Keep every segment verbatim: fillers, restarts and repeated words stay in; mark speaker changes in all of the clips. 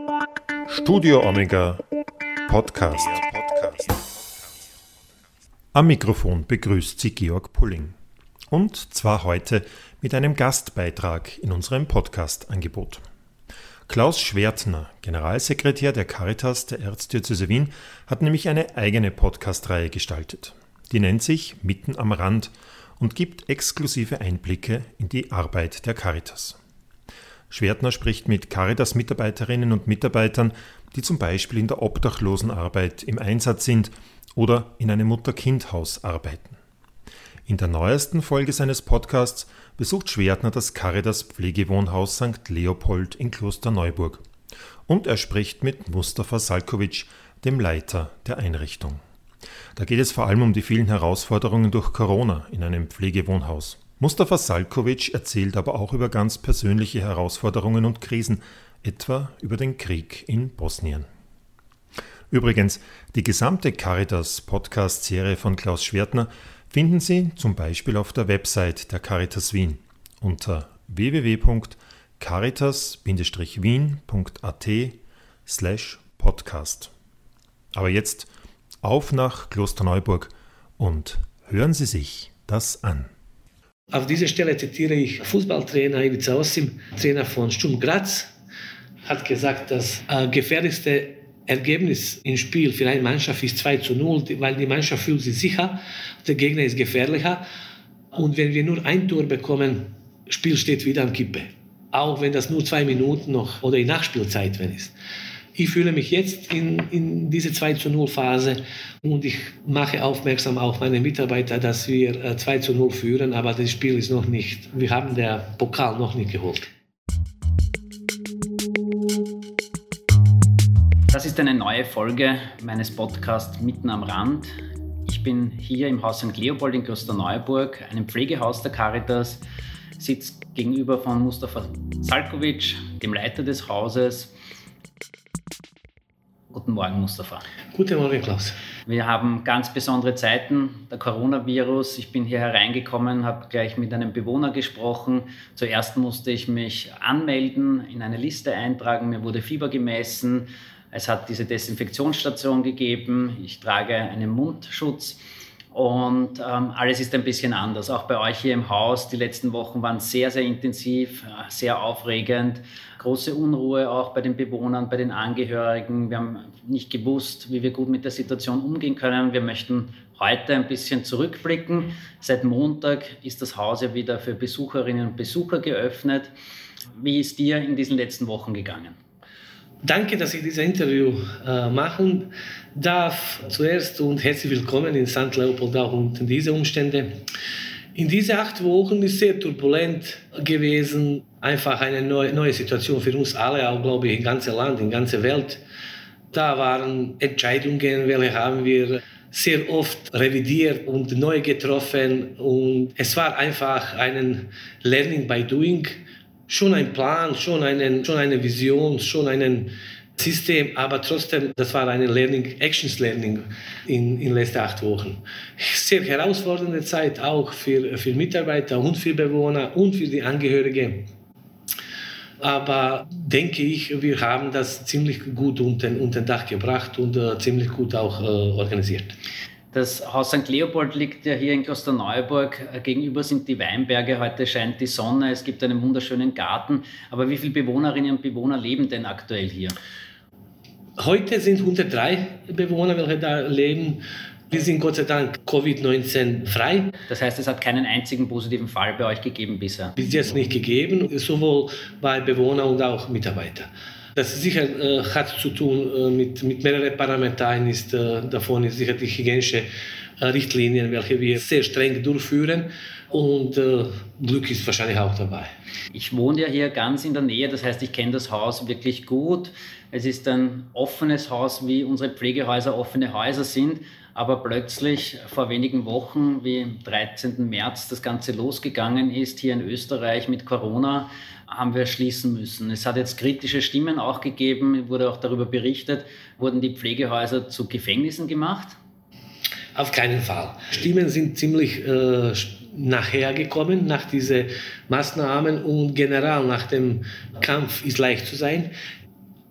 Speaker 1: Studio Omega Podcast. Am Mikrofon begrüßt Sie Georg Pulling. Und zwar heute mit einem Gastbeitrag in unserem Podcast-Angebot. Klaus Schwertner, Generalsekretär der Caritas der Erzdiözese Wien, hat nämlich eine eigene Podcast-Reihe gestaltet. Die nennt sich Mitten am Rand und gibt exklusive Einblicke in die Arbeit der Caritas. Schwertner spricht mit Caritas-Mitarbeiterinnen und Mitarbeitern, die zum Beispiel in der Obdachlosenarbeit im Einsatz sind oder in einem Mutter-Kind-Haus arbeiten. In der neuesten Folge seines Podcasts besucht Schwertner das Caritas-Pflegewohnhaus Sankt Leopold in Klosterneuburg. Und er spricht mit Mustafa Salkovic, dem Leiter der Einrichtung. Da geht es vor allem um die vielen Herausforderungen durch Corona in einem Pflegewohnhaus. Mustafa Salkovic erzählt aber auch über ganz persönliche Herausforderungen und Krisen, etwa über den Krieg in Bosnien. Übrigens, die gesamte Caritas-Podcast-Serie von Klaus Schwertner finden Sie zum Beispiel auf der Website der Caritas Wien unter w w w punkt caritas wien punkt a t slash podcast. Aber jetzt auf nach Klosterneuburg und hören Sie sich das an.
Speaker 2: Auf dieser Stelle zitiere ich Fußballtrainer Ivica Osim, Trainer von Sturm Graz, hat gesagt, das äh, gefährlichste Ergebnis im Spiel für eine Mannschaft ist zwei zu null, weil die Mannschaft fühlt sich sicher, der Gegner ist gefährlicher und wenn wir nur ein Tor bekommen, das Spiel steht wieder am Kippe. Auch wenn das nur zwei Minuten noch oder in Nachspielzeit wenn ist. Ich fühle mich jetzt in, in diese zwei zu null Phase und ich mache aufmerksam auf meine Mitarbeiter, dass wir zwei zu null führen, aber das Spiel ist noch nicht, wir haben den Pokal noch nicht geholt.
Speaker 3: Das ist eine neue Folge meines Podcasts Mitten am Rand. Ich bin hier im Haus Sankt Leopold in Klosterneuburg, einem Pflegehaus der Caritas, sitze gegenüber von Mustafa Salkovic, dem Leiter des Hauses. Guten Morgen, Mustafa.
Speaker 2: Guten Morgen, Klaus.
Speaker 3: Wir haben ganz besondere Zeiten, der Coronavirus. Ich bin hier hereingekommen, habe gleich mit einem Bewohner gesprochen. Zuerst musste ich mich anmelden, in eine Liste eintragen, mir wurde Fieber gemessen. Es hat diese Desinfektionsstation gegeben. Ich trage einen Mundschutz und ähm, alles ist ein bisschen anders. Auch bei euch hier im Haus. Die letzten Wochen waren sehr, sehr intensiv, sehr aufregend. Große Unruhe auch bei den Bewohnern, bei den Angehörigen. Wir haben nicht gewusst, wie wir gut mit der Situation umgehen können. Wir möchten heute ein bisschen zurückblicken. Seit Montag ist das Haus ja wieder für Besucherinnen und Besucher geöffnet. Wie ist dir in diesen letzten Wochen gegangen?
Speaker 2: Danke, dass ich dieses Interview äh, machen darf. Zuerst und herzlich willkommen in Sankt Leopold auch unter diese Umstände. In diesen acht Wochen ist sehr turbulent gewesen. Einfach eine neue, neue Situation für uns alle, auch glaube ich im ganzen Land, in der ganzen Welt. Da waren Entscheidungen, welche haben wir sehr oft revidiert und neu getroffen. Und es war einfach ein Learning by Doing. Schon ein Plan, schon, einen, schon eine Vision, schon ein System, aber trotzdem, das war ein Learning, Actions Learning in den letzten acht Wochen. Sehr herausfordernde Zeit, auch für, für Mitarbeiter und für Bewohner und für die Angehörigen. Aber denke ich, wir haben das ziemlich gut unter, unter das Dach gebracht und uh, ziemlich gut auch uh, organisiert.
Speaker 3: Das Haus Sankt Leopold liegt ja hier in Klosterneuburg. Gegenüber sind die Weinberge, heute scheint die Sonne, es gibt einen wunderschönen Garten. Aber wie viele Bewohnerinnen und Bewohner leben denn aktuell hier?
Speaker 2: Heute sind hundertdrei Bewohner, welche da leben. Wir sind Gott sei Dank Covid neunzehn frei.
Speaker 3: Das heißt, es hat keinen einzigen positiven Fall bei euch gegeben bisher?
Speaker 2: Bis jetzt nicht gegeben, sowohl bei Bewohnern und auch Mitarbeitern. Das sicher äh, hat zu tun äh, mit, mit mehreren Parametern. Ist, äh, davon ist sicher die hygienische äh, Richtlinien, welche wir sehr streng durchführen. Und äh, Glück ist wahrscheinlich auch dabei.
Speaker 3: Ich wohne ja hier ganz in der Nähe, das heißt, ich kenne das Haus wirklich gut. Es ist ein offenes Haus, wie unsere Pflegehäuser offene Häuser sind. Aber plötzlich vor wenigen Wochen, wie am dreizehnten März das Ganze losgegangen ist, hier in Österreich mit Corona, haben wir schließen müssen. Es hat jetzt kritische Stimmen auch gegeben, wurde auch darüber berichtet, wurden die Pflegehäuser zu Gefängnissen gemacht?
Speaker 2: Auf keinen Fall. Stimmen sind ziemlich äh, nachher gekommen, nach diesen Maßnahmen und generell nach dem Kampf ist leicht zu sein.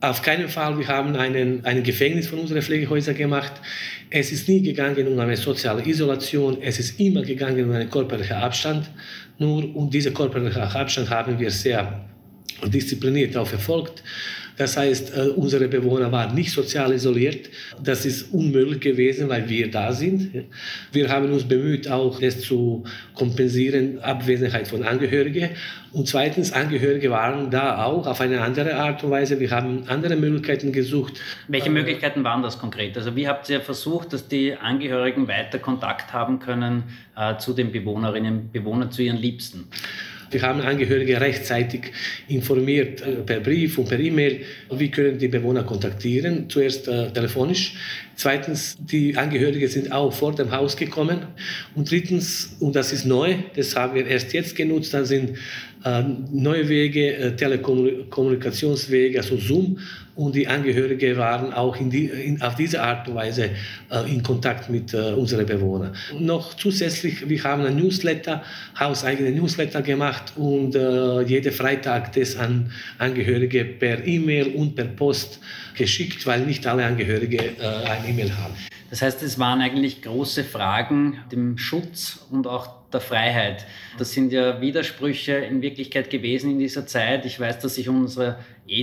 Speaker 2: Auf keinen Fall, wir haben einen, ein Gefängnis von unseren Pflegehäusern gemacht. Es ist nie gegangen um eine soziale Isolation, es ist immer gegangen um einen körperlichen Abstand. Nur und diesen körperlichen Abstand haben wir sehr diszipliniert auch verfolgt. Das heißt, unsere Bewohner waren nicht sozial isoliert. Das ist unmöglich gewesen, weil wir da sind. Wir haben uns bemüht, auch das zu kompensieren, Abwesenheit von Angehörigen. Und zweitens, Angehörige waren da auch auf eine andere Art und Weise. Wir haben andere Möglichkeiten gesucht.
Speaker 3: Welche Möglichkeiten waren das konkret? Also wie habt ihr versucht, dass die Angehörigen weiter Kontakt haben können äh, zu den Bewohnerinnen und Bewohnern, zu ihren Liebsten?
Speaker 2: Wir haben Angehörige rechtzeitig informiert per Brief und per E-Mail. Wie können die Bewohner kontaktieren? Zuerst äh, telefonisch. Zweitens, die Angehörigen sind auch vor dem Haus gekommen. Und drittens, und das ist neu, das haben wir erst jetzt genutzt, da sind äh, neue Wege, äh, Telekommunikationswege, also Zoom. Und die Angehörigen waren auch in die, in, auf diese Art und Weise äh, in Kontakt mit äh, unseren Bewohnern. Noch zusätzlich, wir haben ein Newsletter, hauseigene Newsletter gemacht und äh, jeden Freitag das an Angehörige per E-Mail und per Post geschickt, weil nicht alle Angehörige äh, ein E-Mail haben.
Speaker 3: Das heißt, es waren eigentlich große Fragen dem Schutz und auch der Freiheit. Das sind ja Widersprüche in Wirklichkeit gewesen in dieser Zeit. Ich weiß, dass sich unser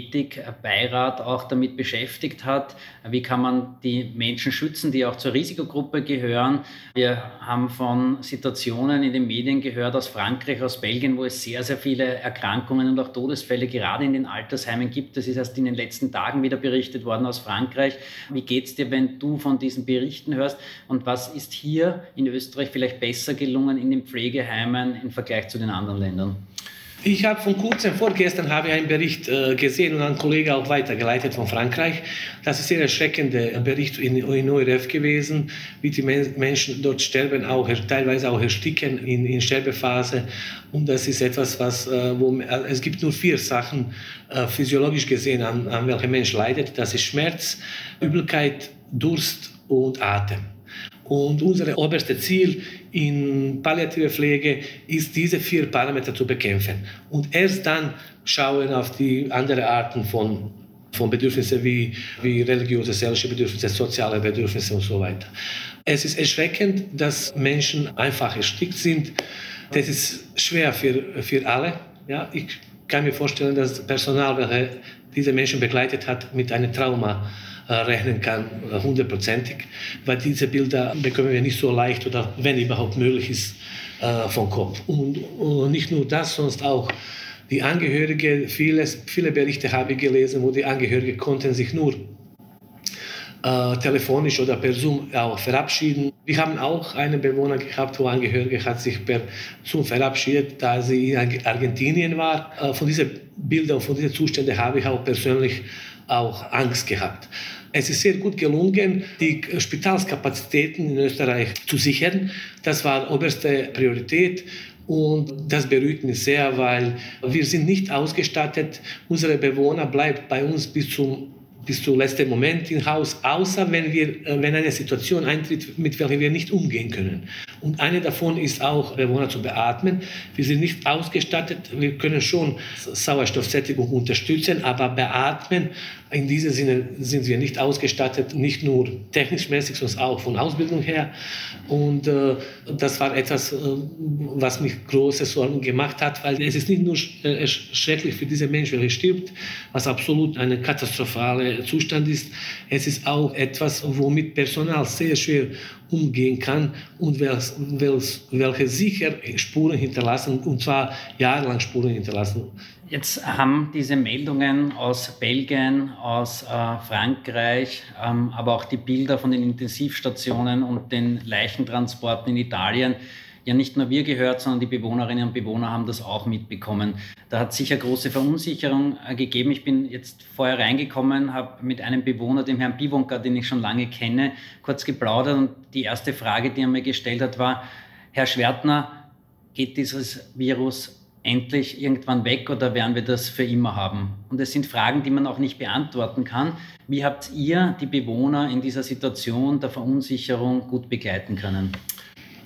Speaker 3: Ethikbeirat auch damit beschäftigt hat. Wie kann man die Menschen schützen, die auch zur Risikogruppe gehören? Wir haben von Situationen in den Medien gehört aus Frankreich, aus Belgien, wo es sehr, sehr viele Erkrankungen und auch Todesfälle gerade in den Altersheimen gibt. Das ist erst in den letzten Tagen wieder berichtet worden aus Frankreich. Wie geht es dir, wenn du von diesen Berichten hörst? Und was ist hier in Österreich vielleicht besser gelungen in den Pflegeheimen im Vergleich zu den anderen Ländern?
Speaker 2: Ich habe vor kurzem, vorgestern, habe ich einen Bericht äh, gesehen und einen Kollegen auch weitergeleitet von Frankreich. Das ist ein sehr erschreckender Bericht in, in O R F gewesen, wie die Men- Menschen dort sterben, auch teilweise auch ersticken in, in Sterbephase. Und das ist etwas, was, äh, wo, äh, es gibt nur vier Sachen äh, physiologisch gesehen, an, an welche Mensch leidet. Das ist Schmerz, Übelkeit, Durst und Atem. Und unser oberstes Ziel in palliative Pflege ist, diese vier Parameter zu bekämpfen. Und erst dann schauen auf die anderen Arten von, von Bedürfnissen wie, wie religiöse, seelische Bedürfnisse, soziale Bedürfnisse und so weiter. Es ist erschreckend, dass Menschen einfach erstickt sind. Das ist schwer für, für alle. Ja, ich kann mir vorstellen, dass das Personal, welches diese Menschen begleitet hat, mit einem Trauma rechnen kann, hundertprozentig, weil diese Bilder bekommen wir nicht so leicht oder wenn überhaupt möglich ist, äh, vom Kopf. Und, und nicht nur das, sonst auch die Angehörigen, vieles, viele Berichte habe ich gelesen, wo die Angehörigen konnten sich nur äh, telefonisch oder per Zoom auch verabschieden. Wir haben auch einen Bewohner gehabt, wo Angehörige hat sich per Zoom verabschiedet, da sie in Argentinien war. Äh, von diesen Bildern und von diesen Zuständen habe ich auch persönlich auch Angst gehabt. Es ist sehr gut gelungen, die Spitalskapazitäten in Österreich zu sichern. Das war oberste Priorität und das beruhigt mich sehr, weil wir sind nicht ausgestattet. Unsere Bewohner bleiben bei uns bis zum bis zum letzten Moment im Haus, außer wenn, wir, wenn eine Situation eintritt, mit welcher wir nicht umgehen können. Und eine davon ist auch, Bewohner zu beatmen. Wir sind nicht ausgestattet, wir können schon Sauerstoffsättigung unterstützen, aber beatmen, in diesem Sinne sind wir nicht ausgestattet, nicht nur technisch-mäßig, sondern auch von Ausbildung her. Und äh, das war etwas, äh, was mich große Sorgen gemacht hat, weil es ist nicht nur sch- äh, schrecklich für diese Menschen, welcher stirbt, was absolut ein katastrophaler Zustand ist. Es ist auch etwas, womit Personal sehr schwer umgehen kann und welches, welches, welche sicher Spuren hinterlassen, und zwar jahrelang Spuren hinterlassen.
Speaker 3: Jetzt haben diese Meldungen aus Belgien, aus äh, Frankreich, ähm, aber auch die Bilder von den Intensivstationen und den Leichentransporten in Italien ja nicht nur wir gehört, sondern die Bewohnerinnen und Bewohner haben das auch mitbekommen. Da hat es sicher große Verunsicherung äh, gegeben. Ich bin jetzt vorher reingekommen, habe mit einem Bewohner, dem Herrn Bivonka, den ich schon lange kenne, kurz geplaudert und die erste Frage, die er mir gestellt hat, war: Herr Schwertner, geht dieses Virus endlich irgendwann weg oder werden wir das für immer haben? Und es sind Fragen, die man auch nicht beantworten kann. Wie habt ihr die Bewohner in dieser Situation der Verunsicherung gut begleiten können?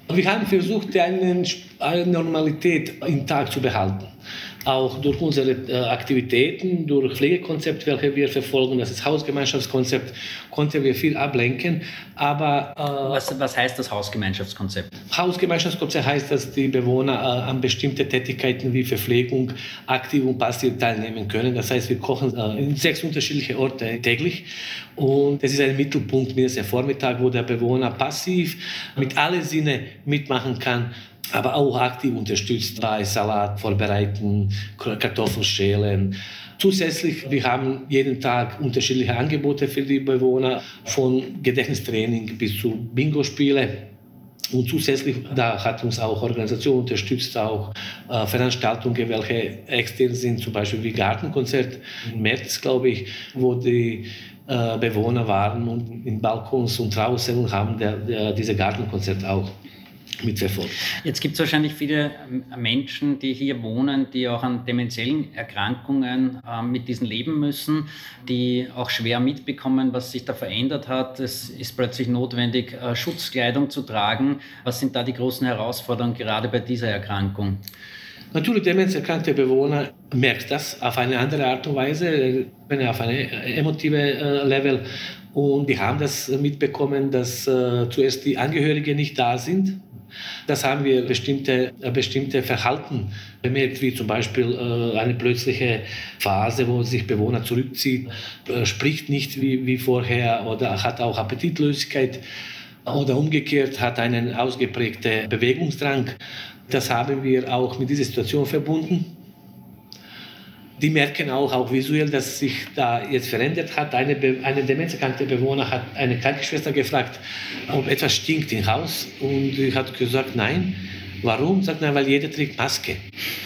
Speaker 2: Wir haben versucht, eine, eine Normalität im Tag zu behalten. Auch durch unsere äh, Aktivitäten, durch Pflegekonzept, welche wir verfolgen, das ist Hausgemeinschaftskonzept, konnten wir viel ablenken. Aber, äh,
Speaker 3: was, was heißt das Hausgemeinschaftskonzept?
Speaker 2: Hausgemeinschaftskonzept heißt, dass die Bewohner äh, an bestimmten Tätigkeiten wie Verpflegung aktiv und passiv teilnehmen können. Das heißt, wir kochen äh, in sechs unterschiedliche Orte täglich. Und das ist ein Mittelpunkt, mindestens der Vormittag, wo der Bewohner passiv mit allen Sinnen mitmachen kann, aber auch aktiv unterstützt bei Salat vorbereiten, Kartoffeln schälen. Zusätzlich, wir haben jeden Tag unterschiedliche Angebote für die Bewohner, von Gedächtnistraining bis zu Bingo-Spiele. Und zusätzlich, da hat uns auch Organisation unterstützt, auch äh, Veranstaltungen, welche extern sind, zum Beispiel wie Gartenkonzert im März, glaube ich, wo die äh, Bewohner waren und in Balkons und draußen und haben der, der, diese Gartenkonzert auch mitverfolgt.
Speaker 3: Jetzt gibt es wahrscheinlich viele Menschen, die hier wohnen, die auch an dementiellen Erkrankungen äh, mit diesen leben müssen, die auch schwer mitbekommen, was sich da verändert hat. Es ist plötzlich notwendig, äh, Schutzkleidung zu tragen. Was sind da die großen Herausforderungen gerade bei dieser Erkrankung?
Speaker 2: Natürlich, demenzerkrankte Bewohner merkt das auf eine andere Art und Weise, auf eine emotive äh, Level. Und die haben das mitbekommen, dass äh, zuerst die Angehörigen nicht da sind. Das haben wir bestimmte, bestimmte Verhalten bemerkt, wie zum Beispiel äh, eine plötzliche Phase, wo sich Bewohner zurückzieht, äh, spricht nicht wie, wie vorher oder hat auch Appetitlosigkeit oder umgekehrt hat einen ausgeprägten Bewegungsdrang. Das haben wir auch mit dieser Situation verbunden. Die merken auch, auch visuell, dass sich da jetzt verändert hat. Eine, eine demenzerkrankte Bewohner hat eine Krankenschwester gefragt, ob etwas stinkt im Haus. Und sie hat gesagt, nein. Warum? Sagt, nein, weil jeder trägt Maske.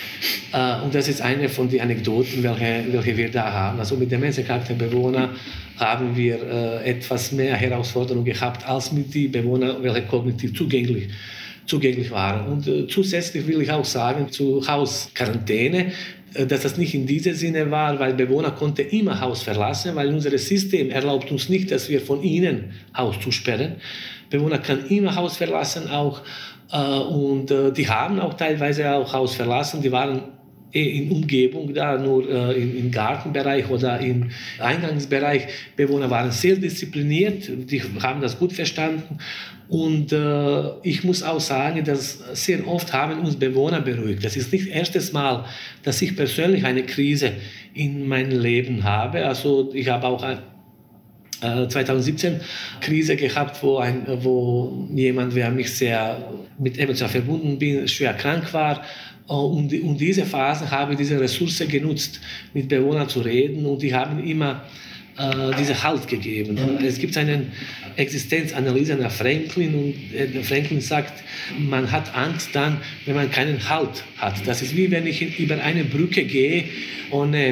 Speaker 2: Äh, und das ist eine von den Anekdoten, welche, welche wir da haben. Also mit demenzerkrankten Bewohnern haben wir äh, etwas mehr Herausforderungen gehabt, als mit den Bewohnern, welche kognitiv zugänglich zugänglich waren. Und äh, zusätzlich will ich auch sagen, zu Hausquarantäne, dass das nicht in diesem Sinne war, weil Bewohner konnten immer Haus verlassen, weil unser System erlaubt uns nicht, dass wir von ihnen Haus zusperren. Bewohner können immer Haus verlassen auch äh, und äh, die haben auch teilweise auch Haus verlassen. Die waren in Umgebung da, nur äh, im, im Gartenbereich oder im Eingangsbereich. Bewohner waren sehr diszipliniert, die haben das gut verstanden. Und äh, ich muss auch sagen, dass sehr oft haben uns Bewohner beruhigt. Das ist nicht das erste Mal, dass ich persönlich eine Krise in meinem Leben habe. Also ich habe auch ein, äh, zwanzig siebzehn Krise gehabt, wo, ein, wo jemand, der mich sehr mit emotional verbunden bin, schwer krank war. Und, und diese Phase habe ich diese Ressource genutzt, mit Bewohnern zu reden. Und die haben immer äh, diese Halt gegeben. Es gibt eine Existenzanalyse nach Franklin. Und äh, Franklin sagt, man hat Angst dann, wenn man keinen Halt hat. Das ist wie wenn ich über eine Brücke gehe ohne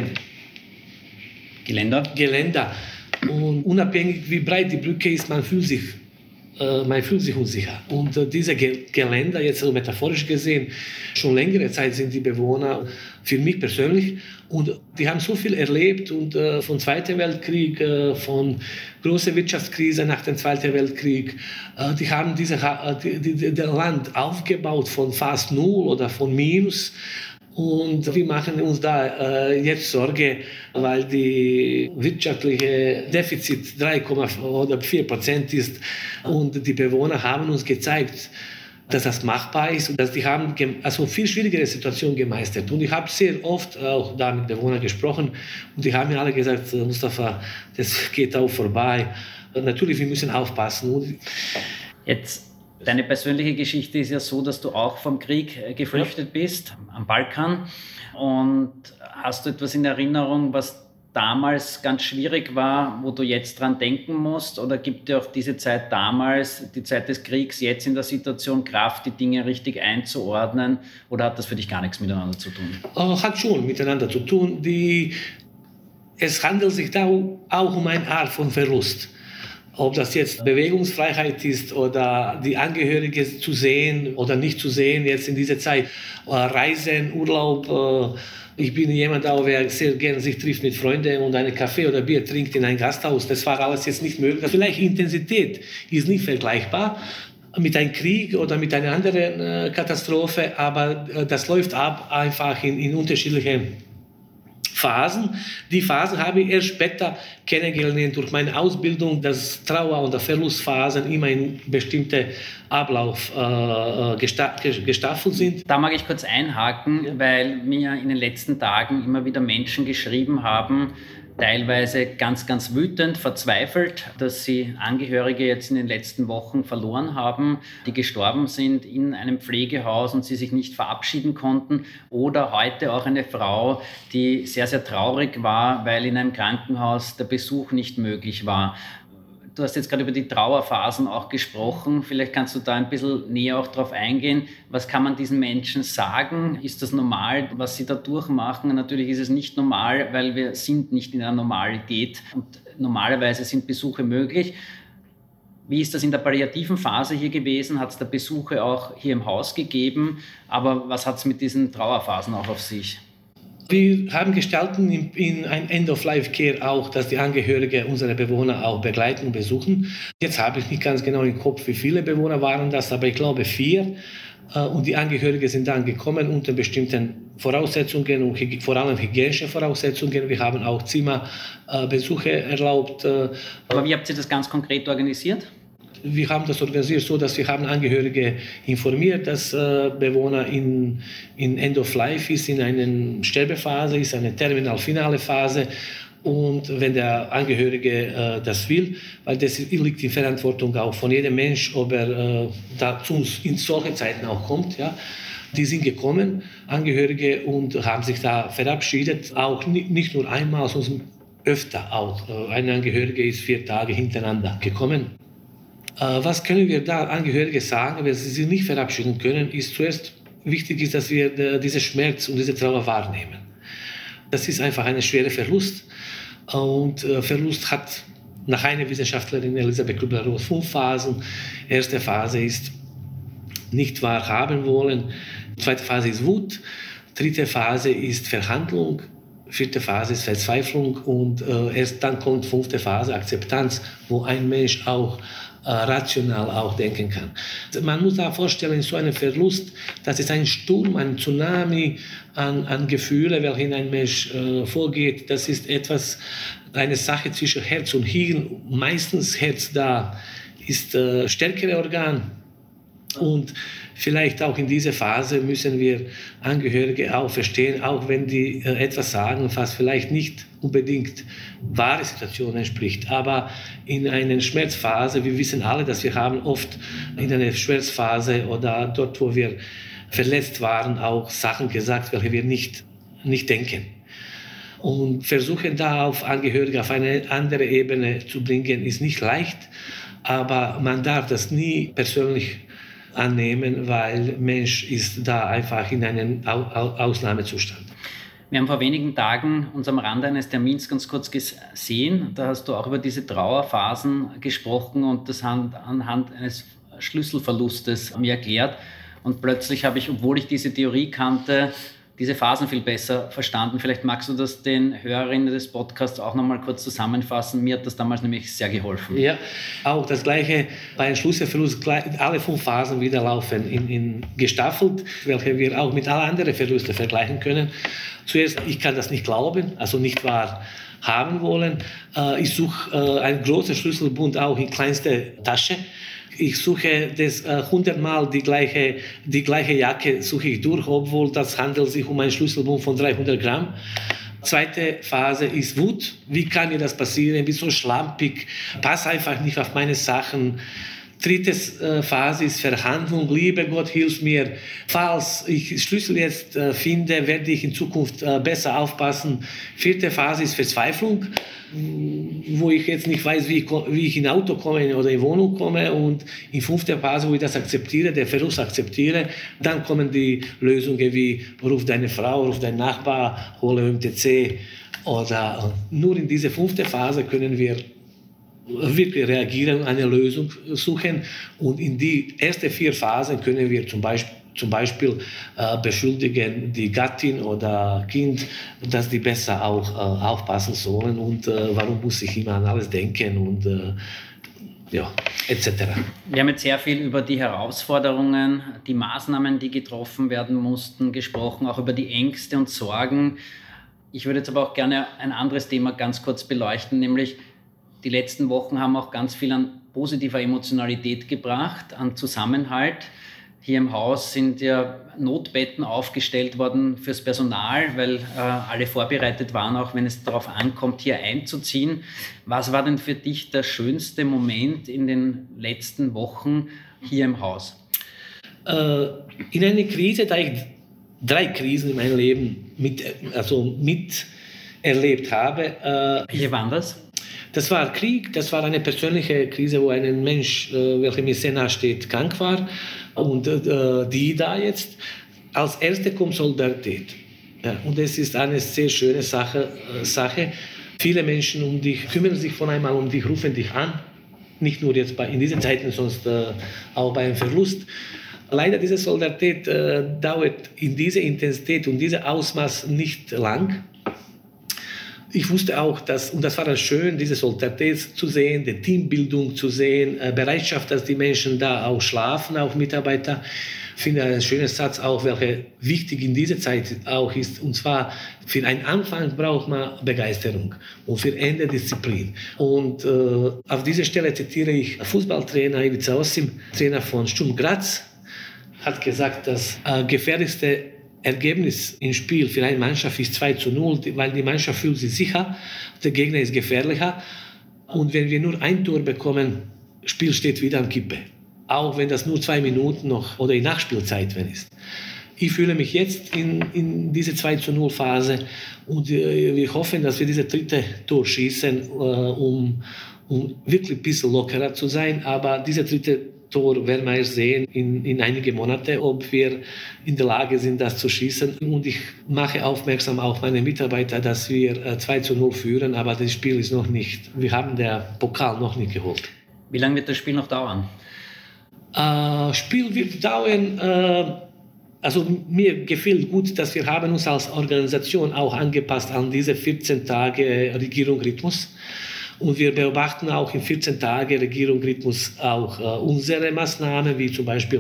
Speaker 3: Geländer.
Speaker 2: Geländer. Und unabhängig wie breit die Brücke ist, man fühlt sich man fühlt sich unsicher. Und äh, diese Ge- Geländer, jetzt so metaphorisch gesehen, schon längere Zeit sind die Bewohner für mich persönlich und die haben so viel erlebt und äh, vom Zweiten Weltkrieg, äh, von großer Wirtschaftskrise nach dem Zweiten Weltkrieg, äh, die haben diese, äh, die, die, das Land aufgebaut von fast null oder von minus. Und wir machen uns da äh, jetzt Sorge, weil die wirtschaftliche Defizit drei Komma vier Prozent ist. Und die Bewohner haben uns gezeigt, dass das machbar ist und dass die haben also viel schwierigere Situationen gemeistert. Und ich habe sehr oft auch da mit Bewohnern gesprochen und die haben mir alle gesagt, Mustafa, das geht auch vorbei. Und natürlich, wir müssen aufpassen.
Speaker 3: Jetzt Deine persönliche Geschichte ist ja so, dass du auch vom Krieg geflüchtet bist, am Balkan. Und hast du etwas in Erinnerung, was damals ganz schwierig war, wo du jetzt dran denken musst? Oder gibt dir auch diese Zeit damals, die Zeit des Kriegs, jetzt in der Situation Kraft, die Dinge richtig einzuordnen? Oder hat das für dich gar nichts miteinander zu tun?
Speaker 2: Oh, hat schon miteinander zu tun. Die, es handelt sich da auch um eine Art von Verlust. Ob das jetzt Bewegungsfreiheit ist oder die Angehörigen zu sehen oder nicht zu sehen jetzt in dieser Zeit. Reisen, Urlaub. Ich bin jemand, auch, der sehr gerne sich trifft mit Freunden und einen Kaffee oder Bier trinkt in ein Gasthaus. Das war alles jetzt nicht möglich. Vielleicht Intensität ist nicht vergleichbar. mit einem Krieg oder mit einer anderen äh, Katastrophe, aber äh, das läuft ab einfach in, in unterschiedliche Phasen. Die Phasen habe ich erst später kennengelernt durch meine Ausbildung, dass Trauer- und Verlustphasen immer in bestimmte Ablauf äh, gestaffelt sind.
Speaker 3: Da mag ich kurz einhaken, ja. weil mir in den letzten Tagen immer wieder Menschen geschrieben haben, teilweise ganz, ganz wütend, verzweifelt, dass sie Angehörige jetzt in den letzten Wochen verloren haben, die gestorben sind in einem Pflegehaus und sie sich nicht verabschieden konnten. Oder heute auch eine Frau, die sehr, sehr traurig war, weil in einem Krankenhaus der Besuch nicht möglich war. Du hast jetzt gerade über die Trauerphasen auch gesprochen. Vielleicht kannst du da ein bisschen näher auch drauf eingehen. Was kann man diesen Menschen sagen? Ist das normal, was sie da durchmachen? Natürlich ist es nicht normal, weil wir sind nicht in einer Normalität und normalerweise sind Besuche möglich. Wie ist das in der palliativen Phase hier gewesen? Hat es da Besuche auch hier im Haus gegeben? Aber was hat es mit diesen Trauerphasen auch auf sich?
Speaker 2: Wir haben gestalten in, in ein End-of-Life-Care auch, dass die Angehörigen unserer Bewohner auch begleiten und besuchen. Jetzt habe ich nicht ganz genau im Kopf, wie viele Bewohner waren das, aber ich glaube vier. Und die Angehörigen sind dann gekommen unter bestimmten Voraussetzungen und vor allem hygienische Voraussetzungen. Wir haben auch Zimmerbesuche erlaubt.
Speaker 3: Aber wie habt ihr das ganz konkret organisiert?
Speaker 2: Wir haben das organisiert so, dass wir haben Angehörige informiert, dass äh, Bewohner in, in End of Life ist, in einer Sterbephase, ist eine terminal-finale Phase. Und wenn der Angehörige äh, das will, weil das liegt in Verantwortung auch von jedem Mensch, ob er äh, da zu uns in solche Zeiten auch kommt. Ja. Die sind gekommen, Angehörige, und haben sich da verabschiedet, auch nicht, nicht nur einmal, sondern öfter auch. Ein Angehörige ist vier Tage hintereinander gekommen. Was können wir da Angehörige sagen, wenn sie sich nicht verabschieden können, ist zuerst wichtig, ist, dass wir diesen Schmerz und diese Trauer wahrnehmen. Das ist einfach ein schwerer Verlust. Und Verlust hat nach einer Wissenschaftlerin, Elisabeth Kübler-Ross, fünf Phasen. Erste Phase ist nicht wahrhaben wollen. Zweite Phase ist Wut. Dritte Phase ist Verhandlung. Vierte Phase ist Verzweiflung. Und erst dann kommt fünfte Phase, Akzeptanz, wo ein Mensch auch rational auch denken kann. Man muss da vorstellen, so einen Verlust, das ist ein Sturm, ein Tsunami an, an Gefühlen, welchen ein Mensch äh, vorgeht. Das ist etwas, eine Sache zwischen Herz und Hirn. Meistens Herz da ist äh, stärkere Organ. Und vielleicht auch in dieser Phase müssen wir Angehörige auch verstehen, auch wenn die äh, etwas sagen, was vielleicht nicht unbedingt wahre Situation entspricht. Aber in einer Schmerzphase, wir wissen alle, dass wir haben oft in einer Schmerzphase oder dort, wo wir verletzt waren, auch Sachen gesagt, welche wir nicht, nicht denken. Und versuchen da auf Angehörige auf eine andere Ebene zu bringen, ist nicht leicht, aber man darf das nie persönlich annehmen, weil Mensch ist da einfach in einem Ausnahmezustand.
Speaker 3: Wir haben vor wenigen Tagen uns am Rande eines Termins ganz kurz gesehen. Da hast du auch über diese Trauerphasen gesprochen und das anhand eines Schlüsselverlustes mir erklärt. Und plötzlich habe ich, obwohl ich diese Theorie kannte, diese Phasen viel besser verstanden. Vielleicht magst du das den Hörerinnen des Podcasts auch noch mal kurz zusammenfassen. Mir hat das damals nämlich sehr geholfen.
Speaker 2: Ja, auch das Gleiche bei einem Schlüsselverlust, alle fünf Phasen wieder laufen in, in gestaffelt, welche wir auch mit allen anderen Verlusten vergleichen können. Zuerst, ich kann das nicht glauben, also nicht wahr haben wollen. Ich suche einen großen Schlüsselbund auch in kleinste Tasche. Ich suche das äh, hundertmal die gleiche, die gleiche Jacke suche ich durch, obwohl das handelt sich um einen Schlüsselbund von dreihundert Gramm. Zweite Phase ist Wut. Wie kann mir das passieren? Ich bin so schlampig, passe einfach nicht auf meine Sachen. Dritte äh, Phase ist Verhandlung. Liebe Gott, hilf mir. Falls ich Schlüssel jetzt äh, finde, werde ich in Zukunft äh, besser aufpassen. Vierte Phase ist Verzweiflung, wo ich jetzt nicht weiß, wie ich, wie ich in ein Auto komme oder in Wohnung komme. Und in fünfter Phase, wo ich das akzeptiere, den Verlust akzeptiere, dann kommen die Lösungen wie ruf deine Frau, ruf deinen Nachbar, hole M T C. Oder nur in dieser fünften Phase können wir wirklich reagieren, eine Lösung suchen. Und in die ersten vier Phasen können wir zum Beispiel, zum Beispiel äh, beschuldigen die Gattin oder Kind, dass die besser auch äh, aufpassen sollen und äh, warum muss ich immer an alles denken und äh, ja, et cetera.
Speaker 3: Wir haben jetzt sehr viel über die Herausforderungen, die Maßnahmen, die getroffen werden mussten, gesprochen, auch über die Ängste und Sorgen. Ich würde jetzt aber auch gerne ein anderes Thema ganz kurz beleuchten, nämlich die letzten Wochen haben auch ganz viel an positiver Emotionalität gebracht, an Zusammenhalt. Hier im Haus sind ja Notbetten aufgestellt worden fürs Personal, weil äh, alle vorbereitet waren, auch wenn es darauf ankommt, hier einzuziehen. Was war denn für dich der schönste Moment in den letzten Wochen hier im Haus?
Speaker 2: Äh, in einer Krise, da ich drei Krisen in meinem Leben mit, also miterlebt habe. Äh,
Speaker 3: Welche waren das?
Speaker 2: Das war Krieg, das war eine persönliche Krise, wo ein Mensch, äh, welcher mir sehr nahe steht, krank war. Und äh, die da jetzt, als erste kommt Solidarität. Ja, und es ist eine sehr schöne Sache, äh, Sache. Viele Menschen um dich kümmern sich von einmal um dich, rufen dich an. Nicht nur jetzt bei, in diesen Zeiten, sondern äh, auch bei einem Verlust. Leider diese Solidarität äh, dauert in dieser Intensität und diesem Ausmaß nicht lang. Ich wusste auch, dass, und das war dann schön, diese Solidarität zu sehen, die Teambildung zu sehen, äh, Bereitschaft, dass die Menschen da auch schlafen, auch Mitarbeiter. Ich finde ein schöner Satz auch, welcher wichtig in dieser Zeit auch ist. Und zwar, für einen Anfang braucht man Begeisterung und für Ende Disziplin. Und äh, auf dieser Stelle zitiere ich Fußballtrainer Ivica Osim, Trainer von Sturm Graz, hat gesagt, das äh, gefährlichste Ergebnis im Spiel für eine Mannschaft ist zwei zu null, weil die Mannschaft fühlt sich sicher, der Gegner ist gefährlicher. Und wenn wir nur ein Tor bekommen, das Spiel steht wieder am Kippe. Auch wenn das nur zwei Minuten noch oder in Nachspielzeit wenn ist. Ich fühle mich jetzt in, in diese zwei zu null Phase und äh, wir hoffen, dass wir dieses dritte Tor schießen, äh, um, um wirklich ein bisschen lockerer zu sein. Aber dieser dritte Tor werden wir sehen in, in einigen Monaten, ob wir in der Lage sind, das zu schießen. Und ich mache aufmerksam auf meine Mitarbeiter, dass wir äh, zwei zu null führen, aber das Spiel ist noch nicht, wir haben den Pokal noch nicht geholt.
Speaker 3: Wie lange wird das Spiel noch dauern?
Speaker 2: Das äh, Spiel wird dauern, äh, also mir gefällt gut, dass wir haben uns als Organisation auch angepasst an diese vierzehn Tage Regierungsrhythmus. Und wir beobachten auch in vierzehn Tagen Regierungsrhythmus auch äh, unsere Maßnahmen, wie zum Beispiel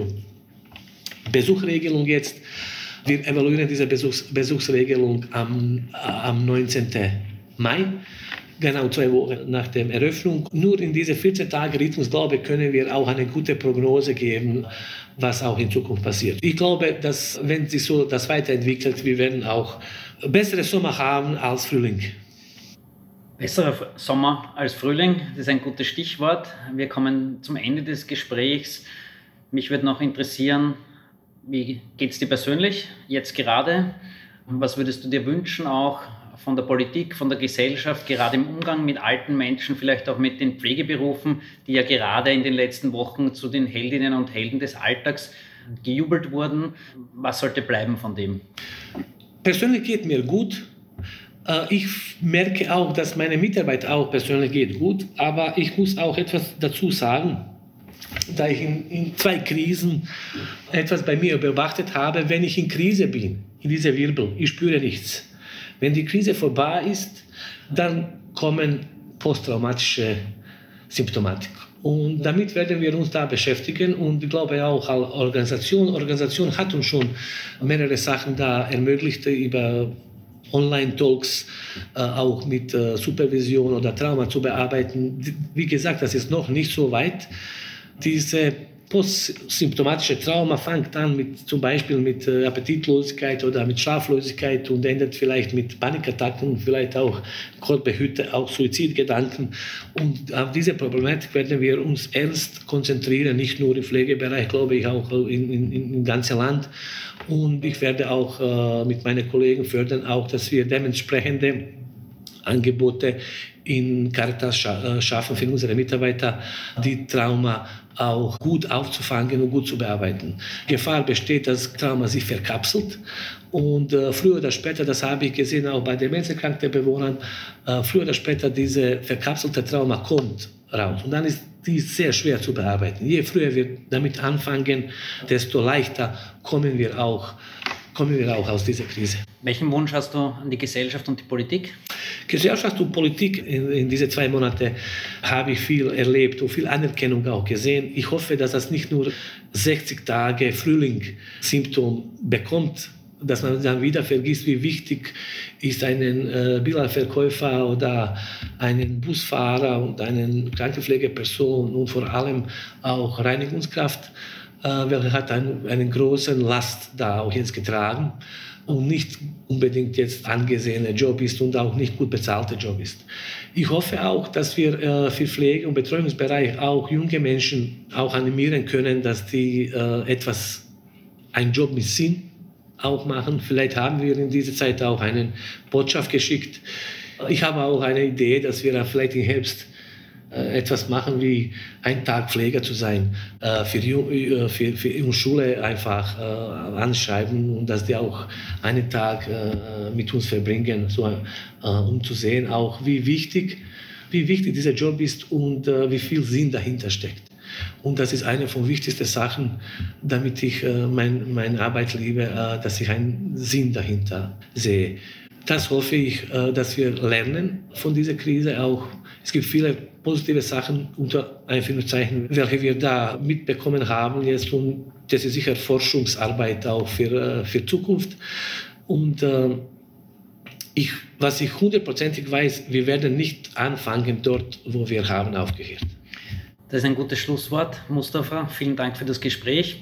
Speaker 2: Besuchsregelung jetzt. Wir evaluieren diese Besuchs Besuchsregelung am, äh, am neunzehnten Mai, genau zwei Wochen nach der Eröffnung. Nur in diesem vierzehn Tage Rhythmus, glaube ich, können wir auch eine gute Prognose geben, was auch in Zukunft passiert. Ich glaube, dass, wenn sich so das weiterentwickelt, wir werden auch bessere Sommer haben als Frühling.
Speaker 3: Besserer Sommer als Frühling, das ist ein gutes Stichwort. Wir kommen zum Ende des Gesprächs. Mich würde noch interessieren, wie geht es dir persönlich jetzt gerade? Was würdest du dir wünschen, auch von der Politik, von der Gesellschaft, gerade im Umgang mit alten Menschen, vielleicht auch mit den Pflegeberufen, die ja gerade in den letzten Wochen zu den Heldinnen und Helden des Alltags gejubelt wurden? Was sollte bleiben von dem?
Speaker 2: Persönlich geht mir gut. Ich merke auch, dass meine Mitarbeit auch persönlich geht gut, aber ich muss auch etwas dazu sagen, da ich in, in zwei Krisen etwas bei mir beobachtet habe. Wenn ich in Krise bin, in dieser Wirbel, ich spüre nichts. Wenn die Krise vorbei ist, dann kommen posttraumatische Symptomatik. Und damit werden wir uns da beschäftigen und ich glaube auch als Organisation. Organisation hat uns schon mehrere Sachen da ermöglicht, über Online-Talks äh, auch mit äh, Supervision oder Trauma zu bearbeiten. Wie gesagt, das ist noch nicht so weit. Diese postsymptomatische Trauma fängt an mit, zum Beispiel mit äh, Appetitlosigkeit oder mit Schlaflosigkeit und endet vielleicht mit Panikattacken, vielleicht auch Korbehüte, auch Suizidgedanken. Und auf diese Problematik werden wir uns ernst konzentrieren, nicht nur im Pflegebereich, glaube ich, auch in, in, im ganzen Land. Und ich werde auch äh, mit meinen Kollegen fördern, auch, dass wir dementsprechende Angebote in Caritas scha- schaffen für unsere Mitarbeiter, die Trauma auch gut aufzufangen und gut zu bearbeiten. Gefahr besteht, dass Trauma sich verkapselt und äh, früher oder später, das habe ich gesehen auch bei demenzerkrankten Bewohnern, äh, früher oder später diese verkapselte Trauma kommt raus und dann ist die sehr schwer zu bearbeiten. Je früher wir damit anfangen, desto leichter kommen wir auch kommen wir auch aus dieser Krise.
Speaker 3: Welchen Wunsch hast du an die Gesellschaft und die Politik?
Speaker 2: Gesellschaft und Politik, in, in diese zwei Monate habe ich viel erlebt und viel Anerkennung auch gesehen. Ich hoffe, dass das nicht nur sechzig Tage Frühling-Symptom bekommt, dass man dann wieder vergisst, wie wichtig ist einen äh, Billardverkäufer oder einen Busfahrer und eine Krankenpflegeperson und vor allem auch Reinigungskraft, äh, welche hat einen, einen großen Last da auch jetzt getragen und nicht unbedingt jetzt angesehener Job ist und auch nicht gut bezahlter Job ist. Ich hoffe auch, dass wir äh, für Pflege- und Betreuungsbereich auch junge Menschen auch animieren können, dass die äh, etwas, einen Job mit Sinn auch machen. Vielleicht haben wir in dieser Zeit auch eine Botschaft geschickt. Ich habe auch eine Idee, dass wir vielleicht im Herbst äh, etwas machen, wie ein Tag Pfleger zu sein, äh, für die äh, für, für die Schule einfach äh, anschreiben und dass die auch einen Tag äh, mit uns verbringen, so, äh, um zu sehen, auch wie wichtig, wie wichtig dieser Job ist und äh, wie viel Sinn dahinter steckt. Und das ist eine von wichtigsten Sachen, damit ich äh, mein, meine Arbeit liebe, äh, dass ich einen Sinn dahinter sehe. Das hoffe ich, äh, dass wir lernen von dieser Krise auch. Es gibt viele positive Sachen unter Anführungszeichen, welche wir da mitbekommen haben jetzt. Und das ist sicher Forschungsarbeit auch für, äh, für Zukunft. Und äh, ich, was ich hundertprozentig weiß, wir werden nicht anfangen dort, wo wir haben aufgehört.
Speaker 3: Das ist ein gutes Schlusswort, Mustafa. Vielen Dank für das Gespräch.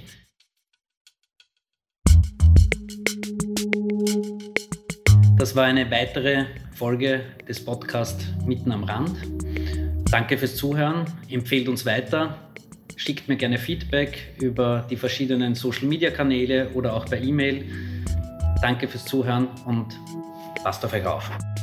Speaker 3: Das war eine weitere Folge des Podcasts Mitten am Rand. Danke fürs Zuhören. Empfehlt uns weiter. Schickt mir gerne Feedback über die verschiedenen Social-Media-Kanäle oder auch per E-Mail. Danke fürs Zuhören und passt auf euch auf.